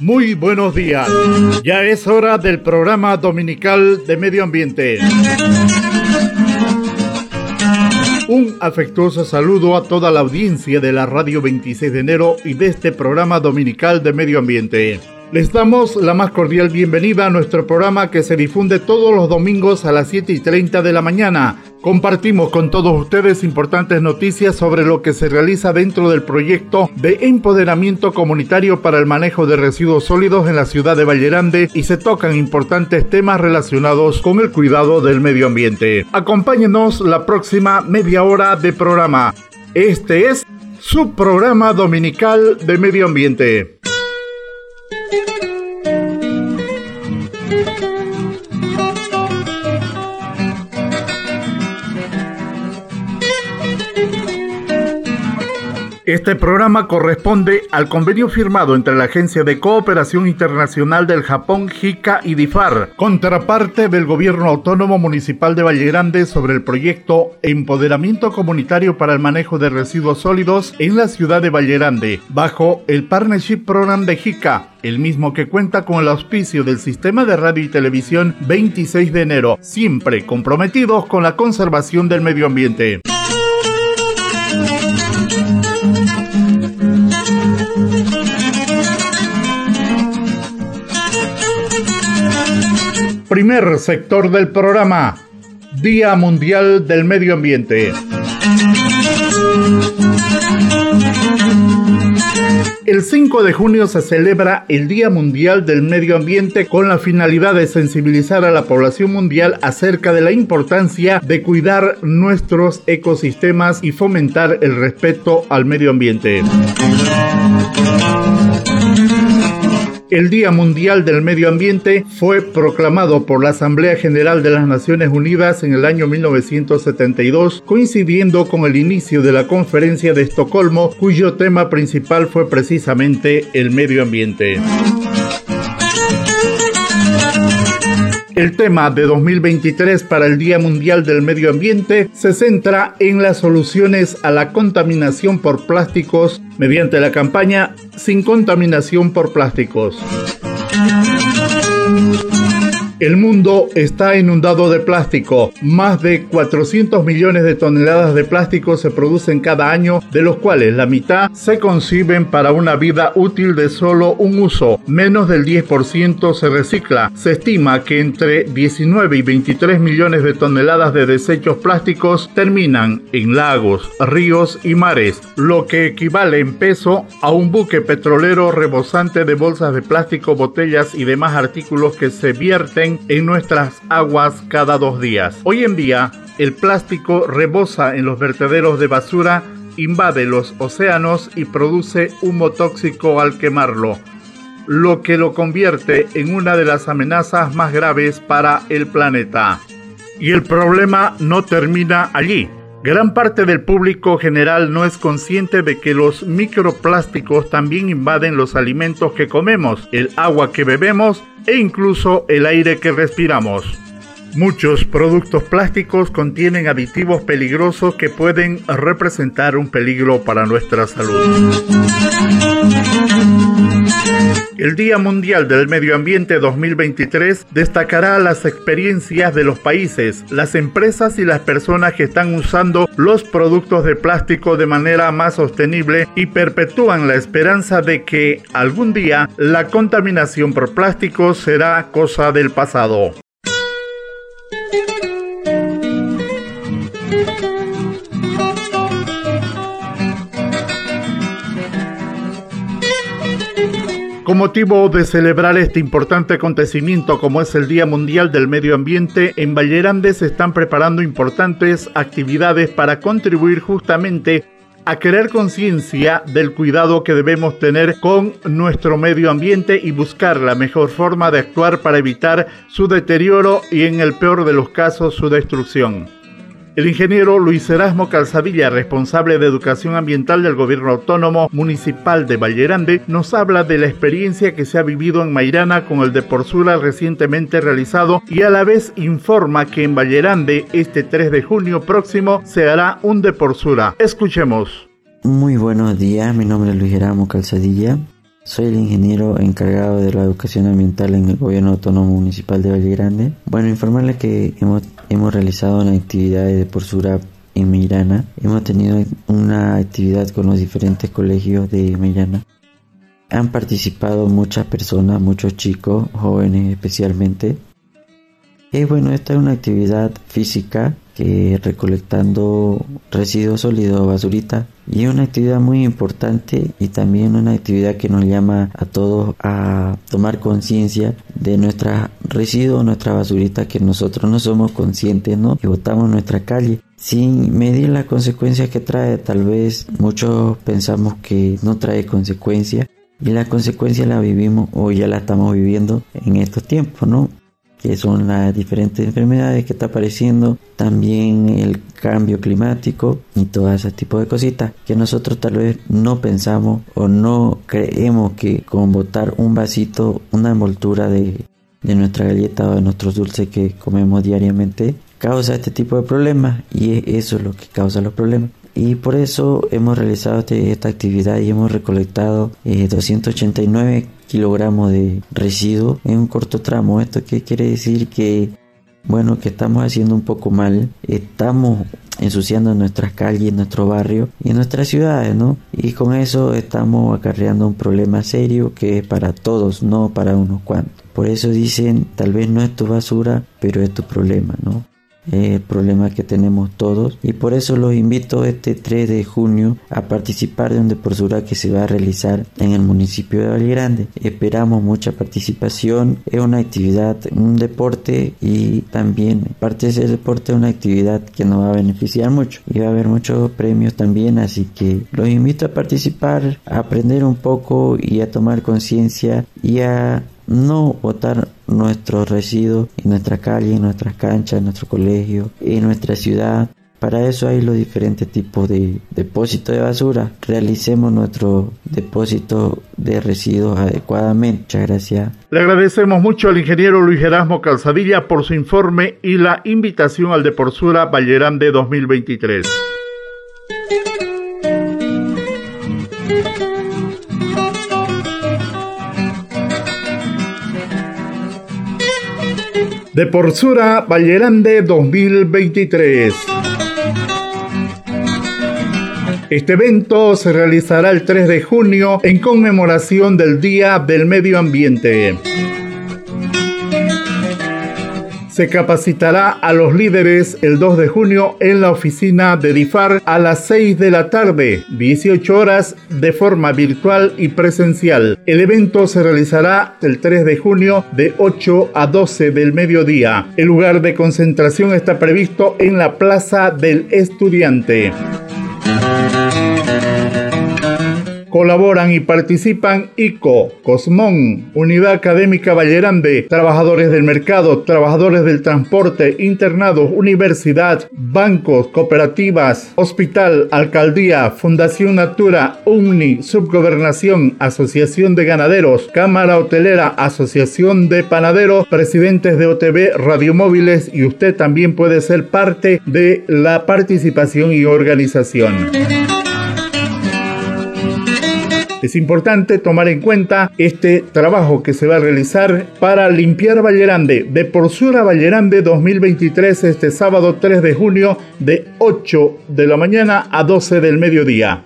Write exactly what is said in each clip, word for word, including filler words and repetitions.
Muy buenos días. Ya es hora del programa dominical de Medio Ambiente. Un afectuoso saludo a toda la audiencia de la Radio veintiséis de enero y de este programa dominical de Medio Ambiente. Les damos la más cordial bienvenida a nuestro programa que se difunde todos los domingos a las siete y treinta de la mañana. Compartimos con todos ustedes importantes noticias sobre lo que se realiza dentro del proyecto de empoderamiento comunitario para el manejo de residuos sólidos en la ciudad de Vallerande y se tocan importantes temas relacionados con el cuidado del medio ambiente. Acompáñenos la próxima media hora de programa. Este es su programa dominical de Medio Ambiente. Este programa corresponde al convenio firmado entre la Agencia de Cooperación Internacional del Japón, JICA y DIFAR, contraparte del Gobierno Autónomo Municipal de Vallerande sobre el proyecto Empoderamiento Comunitario para el Manejo de Residuos Sólidos en la ciudad de Vallerande, bajo el Partnership Program de JICA, el mismo que cuenta con el auspicio del Sistema de Radio y Televisión veintiséis de enero, siempre comprometidos con la conservación del medio ambiente. Primer sector del programa, Día Mundial del Medio Ambiente. El cinco de junio se celebra el Día Mundial del Medio Ambiente con la finalidad de sensibilizar a la población mundial acerca de la importancia de cuidar nuestros ecosistemas y fomentar el respeto al medio ambiente. El Día Mundial del Medio Ambiente fue proclamado por la Asamblea General de las Naciones Unidas en el año mil novecientos setenta y dos, coincidiendo con el inicio de la Conferencia de Estocolmo, cuyo tema principal fue precisamente el medio ambiente. El tema de dos mil veintitrés para el Día Mundial del Medio Ambiente se centra en las soluciones a la contaminación por plásticos mediante la campaña Sin Contaminación por Plásticos. El mundo está inundado de plástico. Más de cuatrocientos millones de toneladas de plástico se producen cada año, de los cuales la mitad se conciben para una vida útil de solo un uso. Menos del diez por ciento se recicla. Se estima que entre diecinueve y veintitrés millones de toneladas de desechos plásticos terminan en lagos, ríos y mares, lo que equivale en peso a un buque petrolero rebosante de bolsas de plástico, botellas y demás artículos que se vierten en nuestras aguas cada dos días. Hoy en día, el plástico rebosa en los vertederos de basura, invade los océanos y produce humo tóxico al quemarlo, lo que lo convierte en una de las amenazas más graves para el planeta. Y el problema no termina allí. Gran parte del público general no es consciente de que los microplásticos también invaden los alimentos que comemos, el agua que bebemos e incluso el aire que respiramos. Muchos productos plásticos contienen aditivos peligrosos que pueden representar un peligro para nuestra salud. El Día Mundial del Medio Ambiente dos mil veintitrés destacará las experiencias de los países, las empresas y las personas que están usando los productos de plástico de manera más sostenible y perpetúan la esperanza de que algún día la contaminación por plástico será cosa del pasado. Con motivo de celebrar este importante acontecimiento como es el Día Mundial del Medio Ambiente, en Vallerande se están preparando importantes actividades para contribuir justamente a crear conciencia del cuidado que debemos tener con nuestro medio ambiente y buscar la mejor forma de actuar para evitar su deterioro y en el peor de los casos su destrucción. El ingeniero Luis Erasmo Calzadilla, responsable de Educación Ambiental del Gobierno Autónomo Municipal de Vallerande, nos habla de la experiencia que se ha vivido en Mairana con el Deporsura recientemente realizado y a la vez informa que en Vallerande este tres de junio próximo se hará un Deporsura. Escuchemos. Muy buenos días, mi nombre es Luis Erasmo Calzadilla. Soy el ingeniero encargado de la educación ambiental en el Gobierno Autónomo Municipal de Valle Grande. Bueno, informarles que hemos, hemos realizado una actividad de Deporsura en Meirana. Hemos tenido una actividad con los diferentes colegios de Meirana. Han participado muchas personas, muchos chicos, jóvenes especialmente. Y bueno, esta es una actividad física que recolectando residuos sólidos, basurita, y es una actividad muy importante y también una actividad que nos llama a todos a tomar conciencia de nuestros residuos, nuestra basurita, que nosotros no somos conscientes, ¿no? Y botamos en nuestra calle sin medir las consecuencias que trae. Tal vez muchos pensamos que no trae consecuencias y la consecuencia la vivimos o ya la estamos viviendo en estos tiempos, ¿no? Que son las diferentes enfermedades que está apareciendo, también el cambio climático y todo ese tipo de cositas que nosotros tal vez no pensamos o no creemos que con botar un vasito, una envoltura de, de nuestra galleta o de nuestros dulces que comemos diariamente causa este tipo de problemas, y eso es lo que causa los problemas. Y por eso hemos realizado este, esta actividad y hemos recolectado eh, doscientos ochenta y nueve kilogramos de residuos en un corto tramo. ¿Esto qué quiere decir? Que bueno, que estamos haciendo un poco mal, estamos ensuciando nuestras calles, nuestro barrio y nuestras ciudades, ¿no? Y con eso estamos acarreando un problema serio que es para todos, no para unos cuantos. Por eso dicen, tal vez no es tu basura, pero es tu problema, ¿no? Es el problema que tenemos todos, y por eso los invito este tres de junio a participar de un Deporsura que se va a realizar en el municipio de Valle Grande. Esperamos mucha participación. Es una actividad, un deporte, y también parte de ese deporte una actividad que nos va a beneficiar mucho y va a haber muchos premios también, así que los invito a participar, a aprender un poco y a tomar conciencia y a no botar nuestros residuos en nuestra calle, en nuestras canchas, en nuestro colegio, en nuestra ciudad. Para eso hay los diferentes tipos de depósitos de basura. Realicemos nuestro depósito de residuos adecuadamente. Muchas gracias. Le agradecemos mucho al ingeniero Luis Erasmo Calzadilla por su informe y la invitación al Deporsura Valle Grande dos mil veintitrés. Deporsura Valle Grande dos mil veintitrés. Este evento se realizará el tres de junio en conmemoración del Día del Medio Ambiente. Se capacitará a los líderes el dos de junio en la oficina de DIFAR a las seis de la tarde, dieciocho horas, de forma virtual y presencial. El evento se realizará el tres de junio de ocho a doce del mediodía. El lugar de concentración está previsto en la Plaza del Estudiante. Colaboran y participan I C O, Cosmón, Unidad Académica Valle Grande, trabajadores del mercado, trabajadores del transporte, internados, universidad, bancos, cooperativas, hospital, alcaldía, Fundación Natura, U N I, Subgobernación, Asociación de Ganaderos, Cámara Hotelera, Asociación de Panaderos, presidentes de O T V, radiomóviles, y usted también puede ser parte de la participación y organización. Es importante tomar en cuenta este trabajo que se va a realizar para limpiar Valle Grande. Deporsura Valle Grande dos mil veintitrés, este sábado tres de junio de ocho de la mañana a doce del mediodía.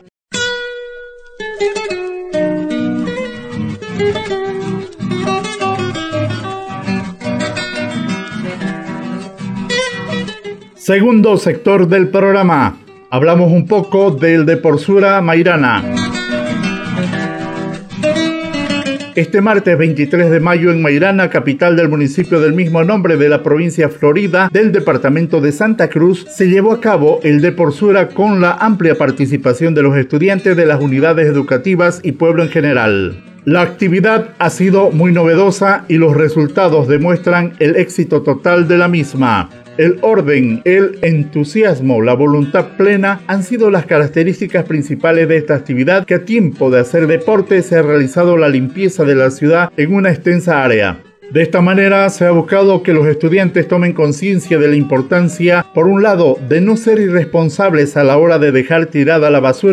Segundo sector del programa. Hablamos un poco del Deporsura Meirana. Este martes veintitrés de mayo en Meirana, capital del municipio del mismo nombre de la provincia Florida del departamento de Santa Cruz, se llevó a cabo el Deporsura con la amplia participación de los estudiantes de las unidades educativas y pueblo en general. La actividad ha sido muy novedosa y los resultados demuestran el éxito total de la misma. El orden, el entusiasmo, la voluntad plena han sido las características principales de esta actividad, que a tiempo de hacer deporte se ha realizado la limpieza de la ciudad en una extensa área. De esta manera se ha buscado que los estudiantes tomen conciencia de la importancia, por un lado, de no ser irresponsables a la hora de dejar tirada la basura,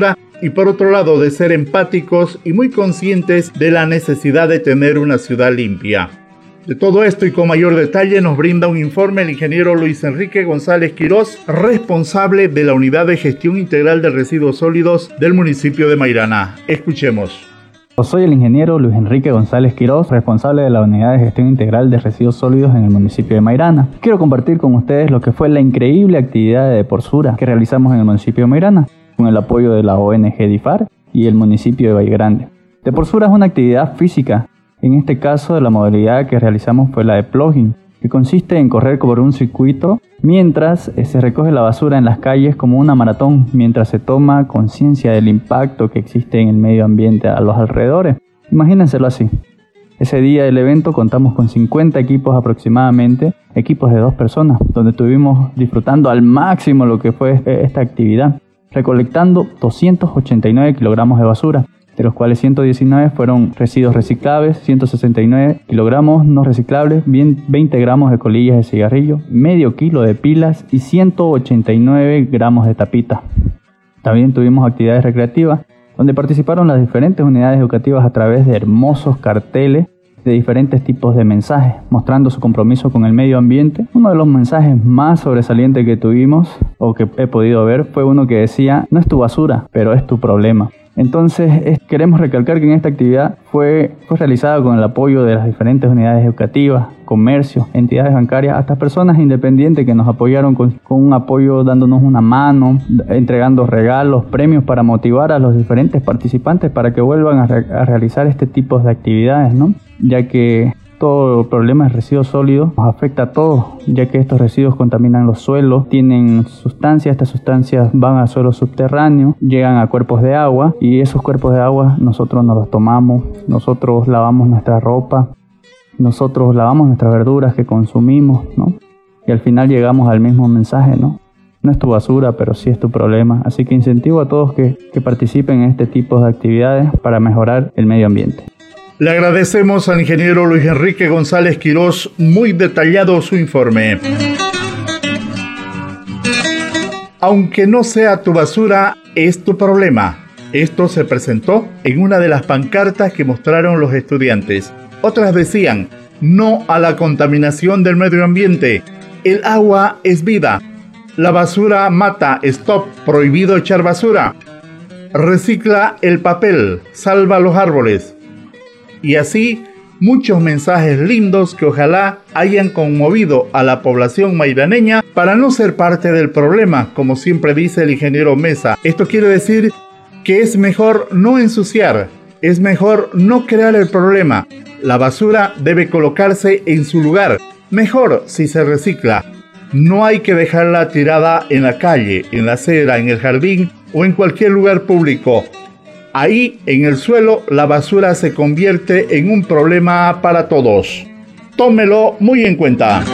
y por otro lado de ser empáticos y muy conscientes de la necesidad de tener una ciudad limpia. De todo esto y con mayor detalle nos brinda un informe el ingeniero Luis Enrique González Quirós, responsable de la Unidad de Gestión Integral de Residuos Sólidos del municipio de Mairana. Escuchemos. Soy el ingeniero Luis Enrique González Quirós, responsable de la Unidad de Gestión Integral de Residuos Sólidos en el municipio de Mairana. Quiero compartir con ustedes lo que fue la increíble actividad de Deporsura que realizamos en el municipio de Mairana, con el apoyo de la O N G DIFAR y el municipio de Valle Grande. Deporsura es una actividad física. En este caso, la modalidad que realizamos fue la de plugging, que consiste en correr por un circuito mientras se recoge la basura en las calles como una maratón, mientras se toma conciencia del impacto que existe en el medio ambiente a los alrededores. Imagínenselo así. Ese día del evento contamos con cincuenta equipos aproximadamente, equipos de dos personas, donde estuvimos disfrutando al máximo lo que fue esta actividad, recolectando doscientos ochenta y nueve kilogramos de basura, de los cuales ciento diecinueve fueron residuos reciclables, ciento sesenta y nueve kilogramos no reciclables, veinte gramos de colillas de cigarrillo, medio kilo de pilas y ciento ochenta y nueve gramos de tapitas. También tuvimos actividades recreativas, donde participaron las diferentes unidades educativas a través de hermosos carteles de diferentes tipos de mensajes, mostrando su compromiso con el medio ambiente. Uno de los mensajes más sobresalientes que tuvimos, o que he podido ver, fue uno que decía: no es tu basura, pero es tu problema. Entonces es, queremos recalcar que en esta actividad fue, fue realizada con el apoyo de las diferentes unidades educativas, comercios, entidades bancarias, hasta personas independientes que nos apoyaron con, con un apoyo dándonos una mano, entregando regalos, premios para motivar a los diferentes participantes para que vuelvan a, re, a realizar este tipo de actividades, ¿no? Ya que todo el problema de residuos sólidos nos afecta a todos, ya que estos residuos contaminan los suelos, tienen sustancias, estas sustancias van a suelos subterráneos, llegan a cuerpos de agua y esos cuerpos de agua nosotros nos los tomamos, nosotros lavamos nuestra ropa, nosotros lavamos nuestras verduras que consumimos, ¿no? Y al final llegamos al mismo mensaje, ¿no? No es tu basura, pero sí es tu problema. Así que incentivo a todos que, que participen en este tipo de actividades para mejorar el medio ambiente. Le agradecemos al ingeniero Luis Enrique González Quirós, muy detallado su informe. Aunque no sea tu basura, es tu problema. Esto se presentó en una de las pancartas que mostraron los estudiantes. Otras decían: no a la contaminación del medio ambiente. El agua es vida. La basura mata. Stop. Prohibido echar basura. Recicla el papel. Salva los árboles. Y así, muchos mensajes lindos que ojalá hayan conmovido a la población mairaneña para no ser parte del problema, como siempre dice el ingeniero Mesa. Esto quiere decir que es mejor no ensuciar, es mejor no crear el problema. La basura debe colocarse en su lugar, mejor si se recicla. No hay que dejarla tirada en la calle, en la acera, en el jardín o en cualquier lugar público. Ahí, en el suelo, la basura se convierte en un problema para todos. Tómelo muy en cuenta.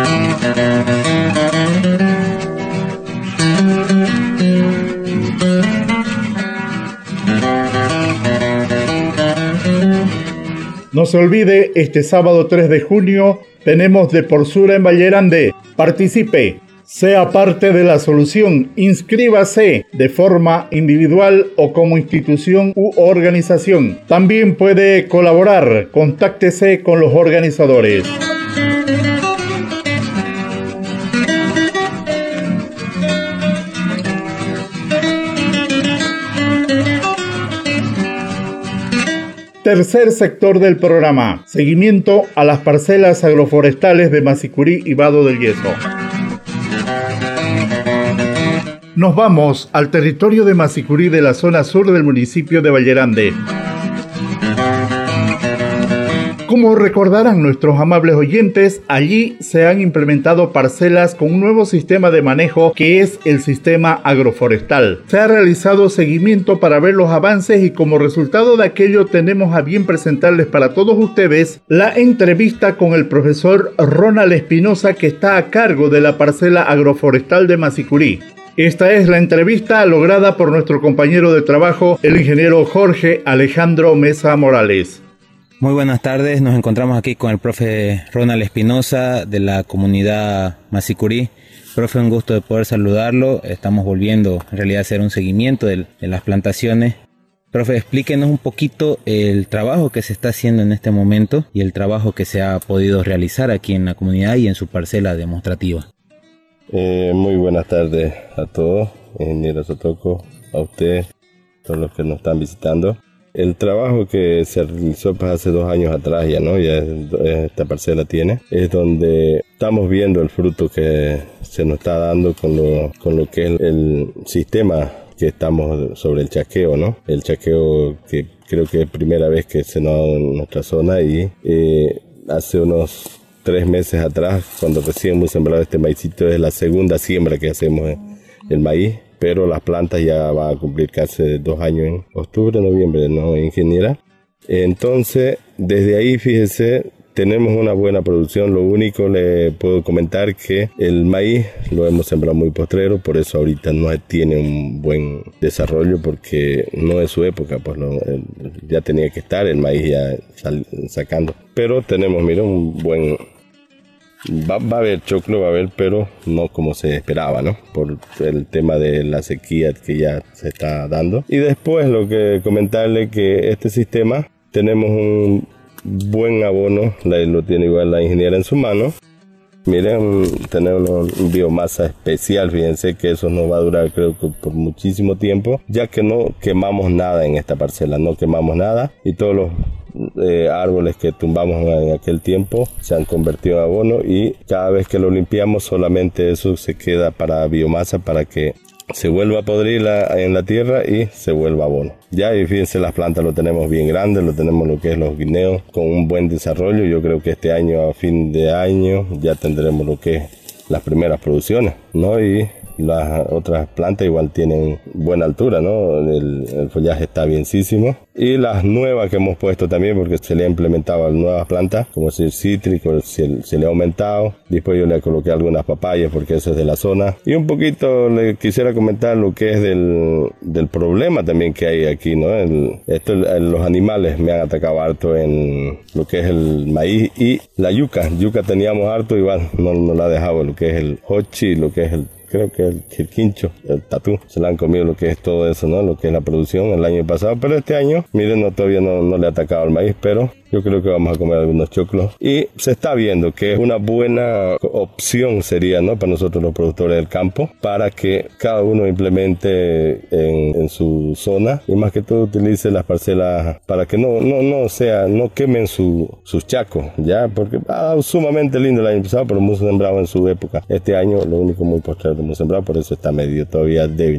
No se olvide, este sábado tres de junio tenemos Deporsura en Valle Grande. Participe. Sea parte de la solución, inscríbase de forma individual o como institución u organización. También puede colaborar, contáctese con los organizadores. Tercer sector del programa, seguimiento a las parcelas agroforestales de Masicurí y Vado del Yeso. Nos vamos al territorio de Masicurí de la zona sur del municipio de Valle Grande. Como recordarán nuestros amables oyentes, allí se han implementado parcelas con un nuevo sistema de manejo que es el sistema agroforestal. Se ha realizado seguimiento para ver los avances y como resultado de aquello tenemos a bien presentarles para todos ustedes la entrevista con el profesor Ronald Espinosa, que está a cargo de la parcela agroforestal de Masicurí. Esta es la entrevista lograda por nuestro compañero de trabajo, el ingeniero Jorge Alejandro Mesa Morales. Muy buenas tardes, nos encontramos aquí con el profe Ronald Espinosa de la comunidad Masicurí. Profe, un gusto de poder saludarlo. Estamos volviendo en realidad a hacer un seguimiento de, de las plantaciones. Profe, explíquenos un poquito el trabajo que se está haciendo en este momento y el trabajo que se ha podido realizar aquí en la comunidad y en su parcela demostrativa. Eh, muy buenas tardes a todos, ingeniero Sotoco, a usted, todos los que nos están visitando. El trabajo que se realizó pues, hace dos años atrás ya, ¿no? Ya esta parcela tiene, es donde estamos viendo el fruto que se nos está dando con lo, con lo que es el sistema que estamos sobre el chaqueo, ¿no? El chaqueo que creo que es primera vez que se nos da en nuestra zona y eh, hace unos tres meses atrás, cuando recién hemos sembrado este maicito, es la segunda siembra que hacemos el maíz. Pero las plantas ya van a cumplir casi dos años en octubre, noviembre, ¿no, ingeniera? Entonces, desde ahí, fíjese, tenemos una buena producción. Lo único le puedo comentar que el maíz lo hemos sembrado muy postrero, por eso ahorita no tiene un buen desarrollo, porque no es su época, pues lo, el, ya tenía que estar el maíz ya sal, sacando. Pero tenemos, mira, un buen... Va, va a haber choclo, va a haber, pero no como se esperaba, ¿no? Por el tema de la sequía que ya se está dando. Y después lo que comentarle que este sistema tenemos un buen abono, lo tiene igual la ingeniera en su mano. Miren, tenemos una biomasa especial, fíjense que eso nos va a durar creo que por muchísimo tiempo, ya que no quemamos nada en esta parcela, no quemamos nada y todos los Eh, árboles que tumbamos en aquel tiempo se han convertido en abono y cada vez que lo limpiamos solamente eso se queda para biomasa para que se vuelva a podrir la, en la tierra y se vuelva abono. Ya, y fíjense, las plantas lo tenemos bien grandes, lo tenemos lo que es los guineos con un buen desarrollo. Yo creo que este año, a fin de año, ya tendremos lo que es las primeras producciones, ¿no? Y las otras plantas igual tienen buena altura, ¿no? El, el follaje está bienísimo. Y las nuevas que hemos puesto también, porque se le ha implementado nuevas plantas, como es el cítrico, se, se le ha aumentado. Después yo le coloqué algunas papayas, porque eso es de la zona. Y un poquito le quisiera comentar lo que es del, del problema también que hay aquí, ¿no? El, esto, el, los animales me han atacado harto en lo que es el maíz y la yuca. Yuca teníamos harto, igual no, no la ha dejado lo que es el hochi, lo que es el creo que el, el quincho, el tatú, se le han comido lo que es todo eso, ¿no? Lo que es la producción el año pasado, pero este año, miren, no, todavía no, no le ha atacado al maíz, pero yo creo que vamos a comer algunos choclos. Y se está viendo que una buena opción sería, ¿no? Para nosotros los productores del campo, para que cada uno implemente en, en su zona y más que todo utilice las parcelas para que no, no, no sea, no quemen su, sus chacos, ¿ya? Porque ah, sumamente lindo el año pasado, pero hemos sembrado en su época. Este año lo único muy postrero hemos sembrado, por eso está medio todavía débil.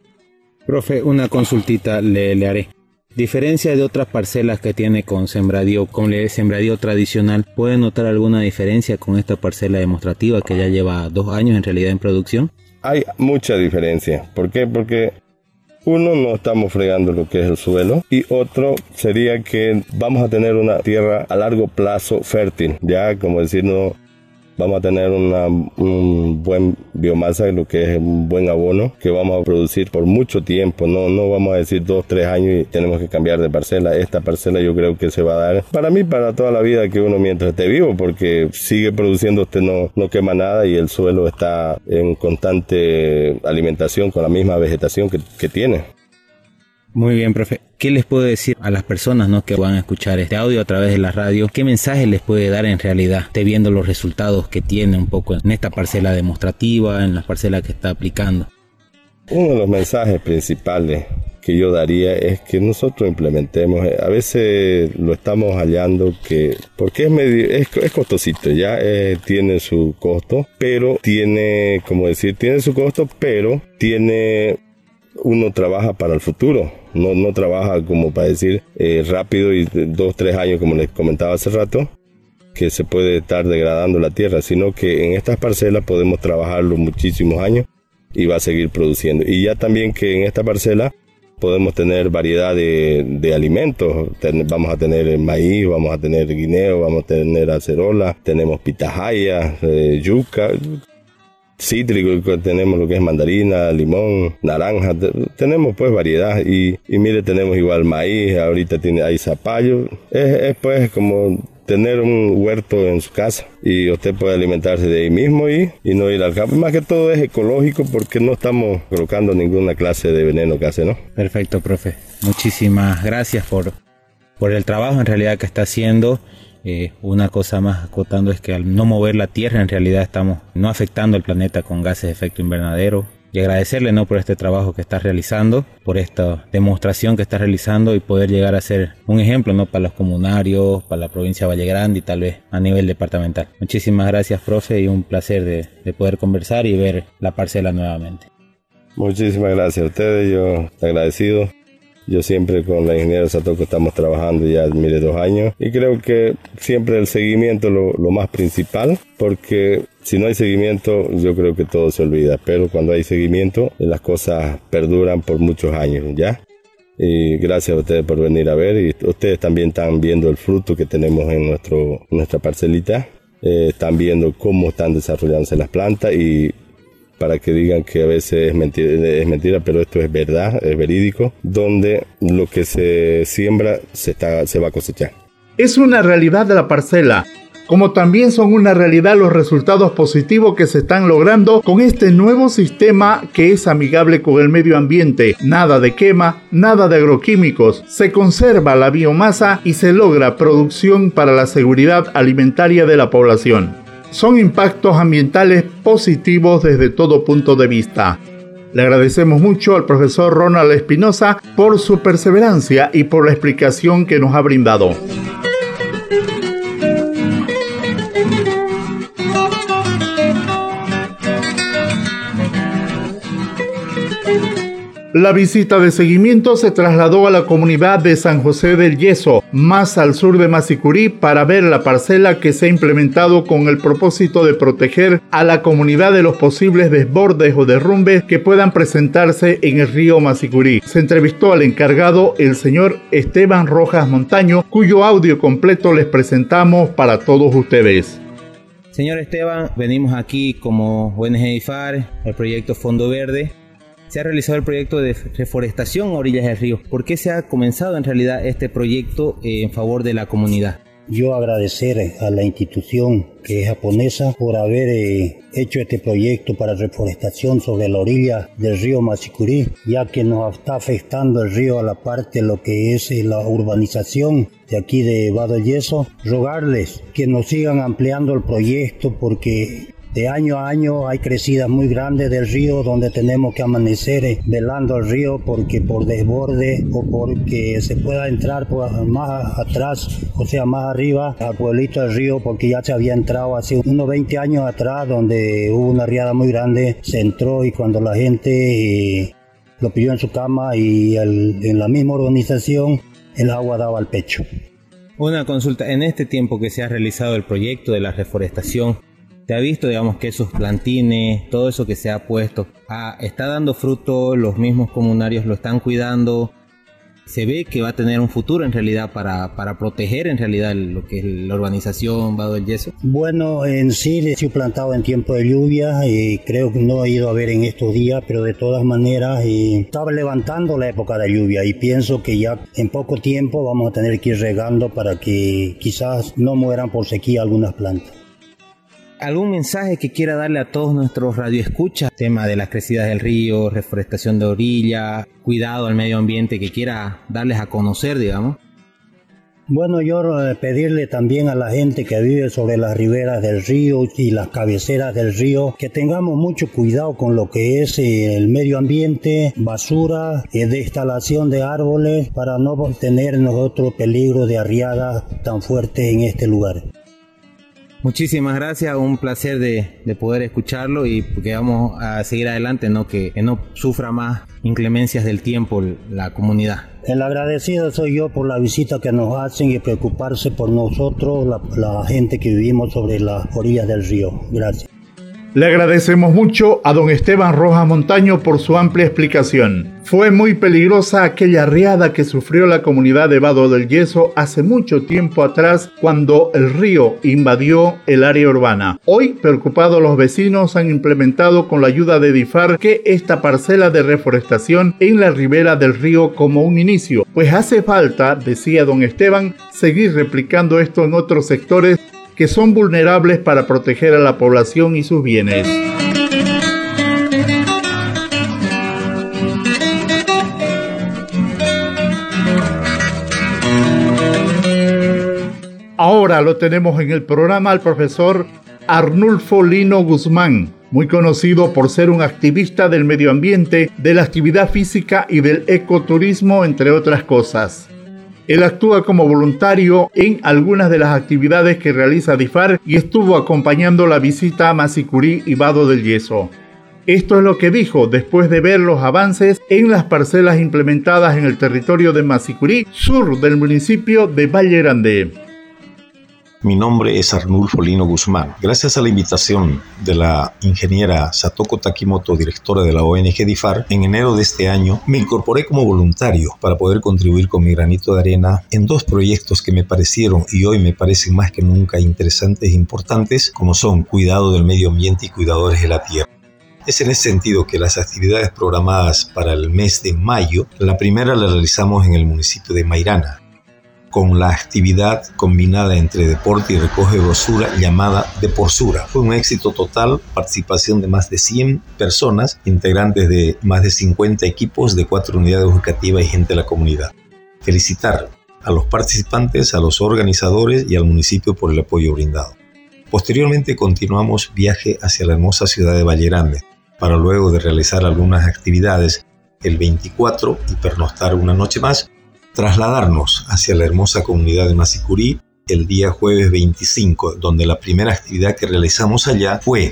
Profe, una consultita le, le haré. Diferencia de otras parcelas que tiene con sembradío, con el sembradío tradicional, ¿puede notar alguna diferencia con esta parcela demostrativa que ya lleva dos años en realidad en producción? Hay mucha diferencia. ¿Por qué? Porque uno, no estamos fregando lo que es el suelo, y otro sería que vamos a tener una tierra a largo plazo fértil, ya como decir, no vamos a tener una un buen biomasa, lo que es un buen abono que vamos a producir por mucho tiempo. No, no vamos a decir dos, tres años y tenemos que cambiar de parcela. Esta parcela yo creo que se va a dar para mí para toda la vida que uno mientras esté vivo, porque sigue produciendo, usted no, no quema nada y el suelo está en constante alimentación con la misma vegetación que, que tiene. Muy bien, profe. ¿Qué les puedo decir a las personas, ¿no?, que van a escuchar este audio a través de la radio? ¿Qué mensaje les puede dar en realidad? Esté viendo los resultados que tiene un poco en esta parcela demostrativa, en la parcela que está aplicando. Uno de los mensajes principales que yo daría es que nosotros implementemos, a veces lo estamos hallando que, porque es medio, es, es costosito, ya eh, tiene su costo, pero tiene, como decir, tiene su costo, pero tiene, uno trabaja para el futuro. No, no trabaja como para decir eh, rápido y dos, tres años como les comentaba hace rato, que se puede estar degradando la tierra, sino que en estas parcelas podemos trabajarlo muchísimos años y va a seguir produciendo. Y ya también que en esta parcela podemos tener variedad de, de alimentos. Ten, vamos a tener maíz, vamos a tener guineo, vamos a tener acerola, tenemos pitahaya, eh, yuca. cítrico, tenemos lo que es mandarina, limón, naranja, tenemos pues variedad y, y mire, tenemos igual maíz, ahorita tiene, hay zapallo, es, es pues como tener un huerto en su casa y usted puede alimentarse de ahí mismo y, y no ir al campo. Más que todo es ecológico porque no estamos colocando ninguna clase de veneno casi, ¿no? Perfecto, profe. Muchísimas gracias por, por el trabajo en realidad que está haciendo. Eh, una cosa más acotando es que al no mover la tierra en realidad estamos no afectando el planeta con gases de efecto invernadero. Y agradecerle, ¿no?, por este trabajo que está realizando, por esta demostración que está realizando y poder llegar a ser un ejemplo, ¿no?, para los comunarios, para la provincia de Valle Grande y tal vez a nivel departamental. Muchísimas gracias, profe, y un placer de, de poder conversar y ver la parcela nuevamente. Muchísimas gracias a ustedes, yo agradecido. Yo siempre con la ingeniera Satoco estamos trabajando ya, mire, dos años. Y creo que siempre el seguimiento es lo, lo más principal, porque si no hay seguimiento, yo creo que todo se olvida. Pero cuando hay seguimiento, las cosas perduran por muchos años, ¿ya? Y gracias a ustedes por venir a ver. Y ustedes también están viendo el fruto que tenemos en nuestro, nuestra parcelita. Eh, están viendo cómo están desarrollándose las plantas y para que digan que a veces es mentira, es mentira, pero esto es verdad, es verídico, donde lo que se siembra se, está, se va a cosechar. Es una realidad de la parcela, como también son una realidad los resultados positivos que se están logrando con este nuevo sistema que es amigable con el medio ambiente. Nada de quema, nada de agroquímicos, se conserva la biomasa y se logra producción para la seguridad alimentaria de la población. Son impactos ambientales positivos desde todo punto de vista. Le agradecemos mucho al profesor Ronald Espinosa por su perseverancia y por la explicación que nos ha brindado. La visita de seguimiento se trasladó a la comunidad de San José del Yeso, más al sur de Masicurí, para ver la parcela que se ha implementado con el propósito de proteger a la comunidad de los posibles desbordes o derrumbes que puedan presentarse en el río Masicurí. Se entrevistó al encargado, el señor Esteban Rojas Montaño, cuyo audio completo les presentamos para todos ustedes. Señor Esteban, venimos aquí como O N G IFAR, el proyecto Fondo Verde. Se ha realizado el proyecto de reforestación a orillas del río. ¿Por qué se ha comenzado en realidad este proyecto en favor de la comunidad? Yo agradecer a la institución que es japonesa por haber eh, hecho este proyecto para reforestación sobre la orilla del río Masicurí, ya que nos está afectando el río a la parte de lo que es eh, la urbanización de aquí de Vado del Yeso. Rogarles que nos sigan ampliando el proyecto porque de año a año hay crecidas muy grandes del río donde tenemos que amanecer eh, velando el río porque por desborde o porque se pueda entrar por más atrás, o sea más arriba al pueblito del río, porque ya se había entrado hace unos veinte años atrás donde hubo una riada muy grande, se entró y cuando la gente eh, lo pidió en su cama y el, en la misma urbanización el agua daba al pecho. Una consulta, en este tiempo que se ha realizado el proyecto de la reforestación, ¿te ha visto, digamos, que esos plantines, todo eso que se ha puesto, ah, está dando fruto, los mismos comunarios lo están cuidando? ¿Se ve que va a tener un futuro en realidad para, para proteger en realidad lo que es la urbanización Vado del Yeso? Bueno, en sí he sido plantado en tiempo de lluvia y creo que no he ido a ver en estos días, pero de todas maneras y estaba levantando la época de lluvia y pienso que ya en poco tiempo vamos a tener que ir regando para que quizás no mueran por sequía algunas plantas. ¿Algún mensaje que quiera darle a todos nuestros radioescuchas? Tema de las crecidas del río, reforestación de orilla, cuidado al medio ambiente, que quiera darles a conocer, digamos. Bueno, yo eh, pedirle también a la gente que vive sobre las riberas del río y las cabeceras del río que tengamos mucho cuidado con lo que es eh, el medio ambiente, basura, eh, deinstalación de árboles, para no tener nosotros peligro de arriadas tan fuertes en este lugar. Muchísimas gracias, un placer de, de poder escucharlo y que vamos a seguir adelante, ¿no? Que, que no sufra más inclemencias del tiempo la comunidad. El agradecido soy yo por la visita que nos hacen y preocuparse por nosotros, la, la gente que vivimos sobre las orillas del río. Gracias. Le agradecemos mucho a don Esteban Rojas Montaño por su amplia explicación. Fue muy peligrosa aquella riada que sufrió la comunidad de Vado del Yeso hace mucho tiempo atrás cuando el río invadió el área urbana. Hoy, preocupados los vecinos, han implementado con la ayuda de DIFAR que esta parcela de reforestación en la ribera del río como un inicio, pues hace falta, decía don Esteban, seguir replicando esto en otros sectores que son vulnerables para proteger a la población y sus bienes. Ahora lo tenemos en el programa al profesor Arnulfo Lino Guzmán, muy conocido por ser un activista del medio ambiente, de la actividad física y del ecoturismo, entre otras cosas. Él actúa como voluntario en algunas de las actividades que realiza DIFAR y estuvo acompañando la visita a Masicurí y Vado del Yeso. Esto es lo que dijo después de ver los avances en las parcelas implementadas en el territorio de Masicurí, sur del municipio de Valle Grande. Mi nombre es Arnulfo Lino Guzmán. Gracias a la invitación de la ingeniera Satoko Takimoto, directora de la O N G DIFAR, en enero de este año me incorporé como voluntario para poder contribuir con mi granito de arena en dos proyectos que me parecieron y hoy me parecen más que nunca interesantes e importantes, como son cuidado del medio ambiente y cuidadores de la tierra. Es en ese sentido que las actividades programadas para el mes de mayo, la primera la realizamos en el municipio de Mairana, con la actividad combinada entre deporte y recoge de basura llamada Deporsura. Fue un éxito total, participación de más de cien personas, integrantes de más de cincuenta equipos de cuatro unidades educativas y gente de la comunidad. Felicitar a los participantes, a los organizadores y al municipio por el apoyo brindado. Posteriormente continuamos viaje hacia la hermosa ciudad de Valle Grande, para luego de realizar algunas actividades el veinticuatro y pernoctar una noche más, trasladarnos hacia la hermosa comunidad de Masicurí el día jueves veinticinco, donde la primera actividad que realizamos allá fue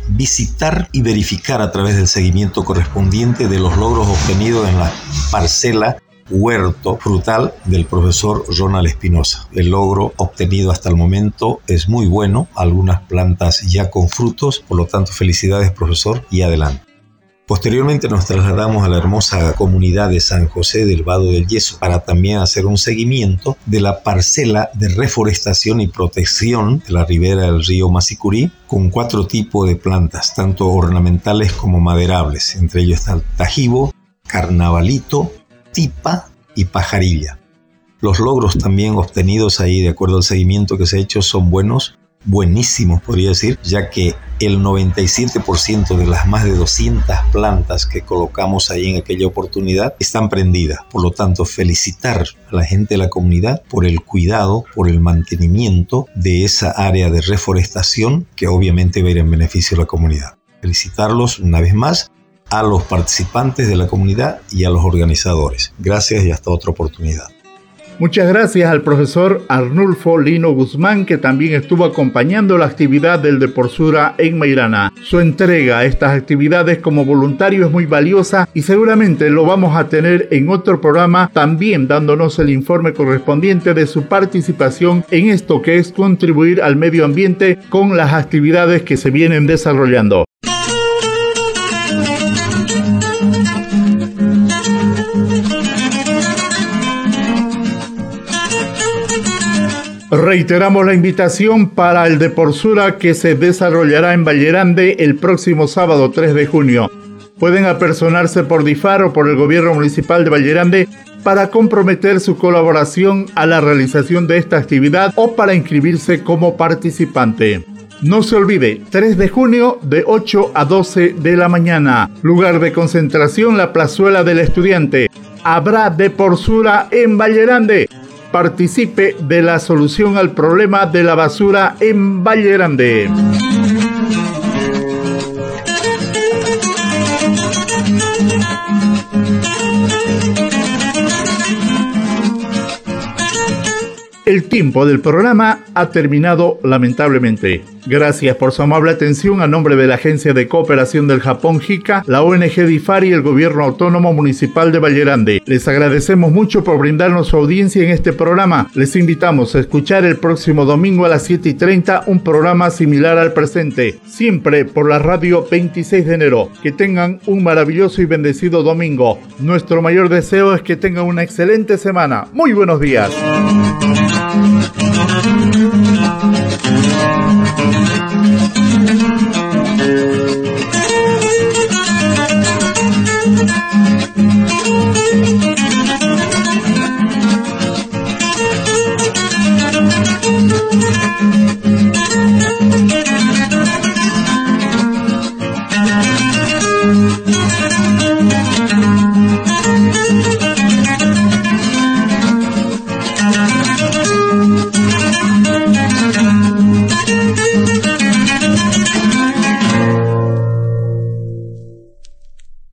visitar y verificar a través del seguimiento correspondiente de los logros obtenidos en la parcela huerto frutal del profesor Ronald Espinosa. El logro obtenido hasta el momento es muy bueno, algunas plantas ya con frutos, por lo tanto felicidades profesor y adelante. Posteriormente nos trasladamos a la hermosa comunidad de San José del Vado del Yeso para también hacer un seguimiento de la parcela de reforestación y protección de la ribera del río Masicurí con cuatro tipos de plantas, tanto ornamentales como maderables. Entre ellos está el tajibo, carnavalito, tipa y pajarilla. Los logros también obtenidos ahí de acuerdo al seguimiento que se ha hecho son buenos, buenísimos podría decir, ya que el noventa y siete por ciento de las más de doscientas plantas que colocamos ahí en aquella oportunidad están prendidas. Por lo tanto, felicitar a la gente de la comunidad por el cuidado, por el mantenimiento de esa área de reforestación que obviamente va a ir en beneficio de la comunidad. Felicitarlos una vez más a los participantes de la comunidad y a los organizadores. Gracias y hasta otra oportunidad. Muchas gracias al profesor Arnulfo Lino Guzmán, que también estuvo acompañando la actividad del Deporsura en Mairana. Su entrega a estas actividades como voluntario es muy valiosa y seguramente lo vamos a tener en otro programa, también dándonos el informe correspondiente de su participación en esto que es contribuir al medio ambiente con las actividades que se vienen desarrollando. Reiteramos la invitación para el Deporsura que se desarrollará en Valle Grande el próximo sábado tres de junio. Pueden apersonarse por DIFAR o por el Gobierno Municipal de Valle Grande para comprometer su colaboración a la realización de esta actividad o para inscribirse como participante. No se olvide, tres de junio de ocho a doce de la mañana. Lugar de concentración, la Plazuela del Estudiante. Habrá Deporsura en Valle Grande. Participe de la solución al problema de la basura en Valle Grande. El tiempo del programa ha terminado lamentablemente. Gracias por su amable atención a nombre de la Agencia de Cooperación del Japón JICA, la O N G DIFAR y el Gobierno Autónomo Municipal de Valle Grande. Les agradecemos mucho por brindarnos su audiencia en este programa. Les invitamos a escuchar el próximo domingo a las siete y treinta un programa similar al presente, siempre por la radio veintiséis de enero. Que tengan un maravilloso y bendecido domingo. Nuestro mayor deseo es que tengan una excelente semana. Muy buenos días.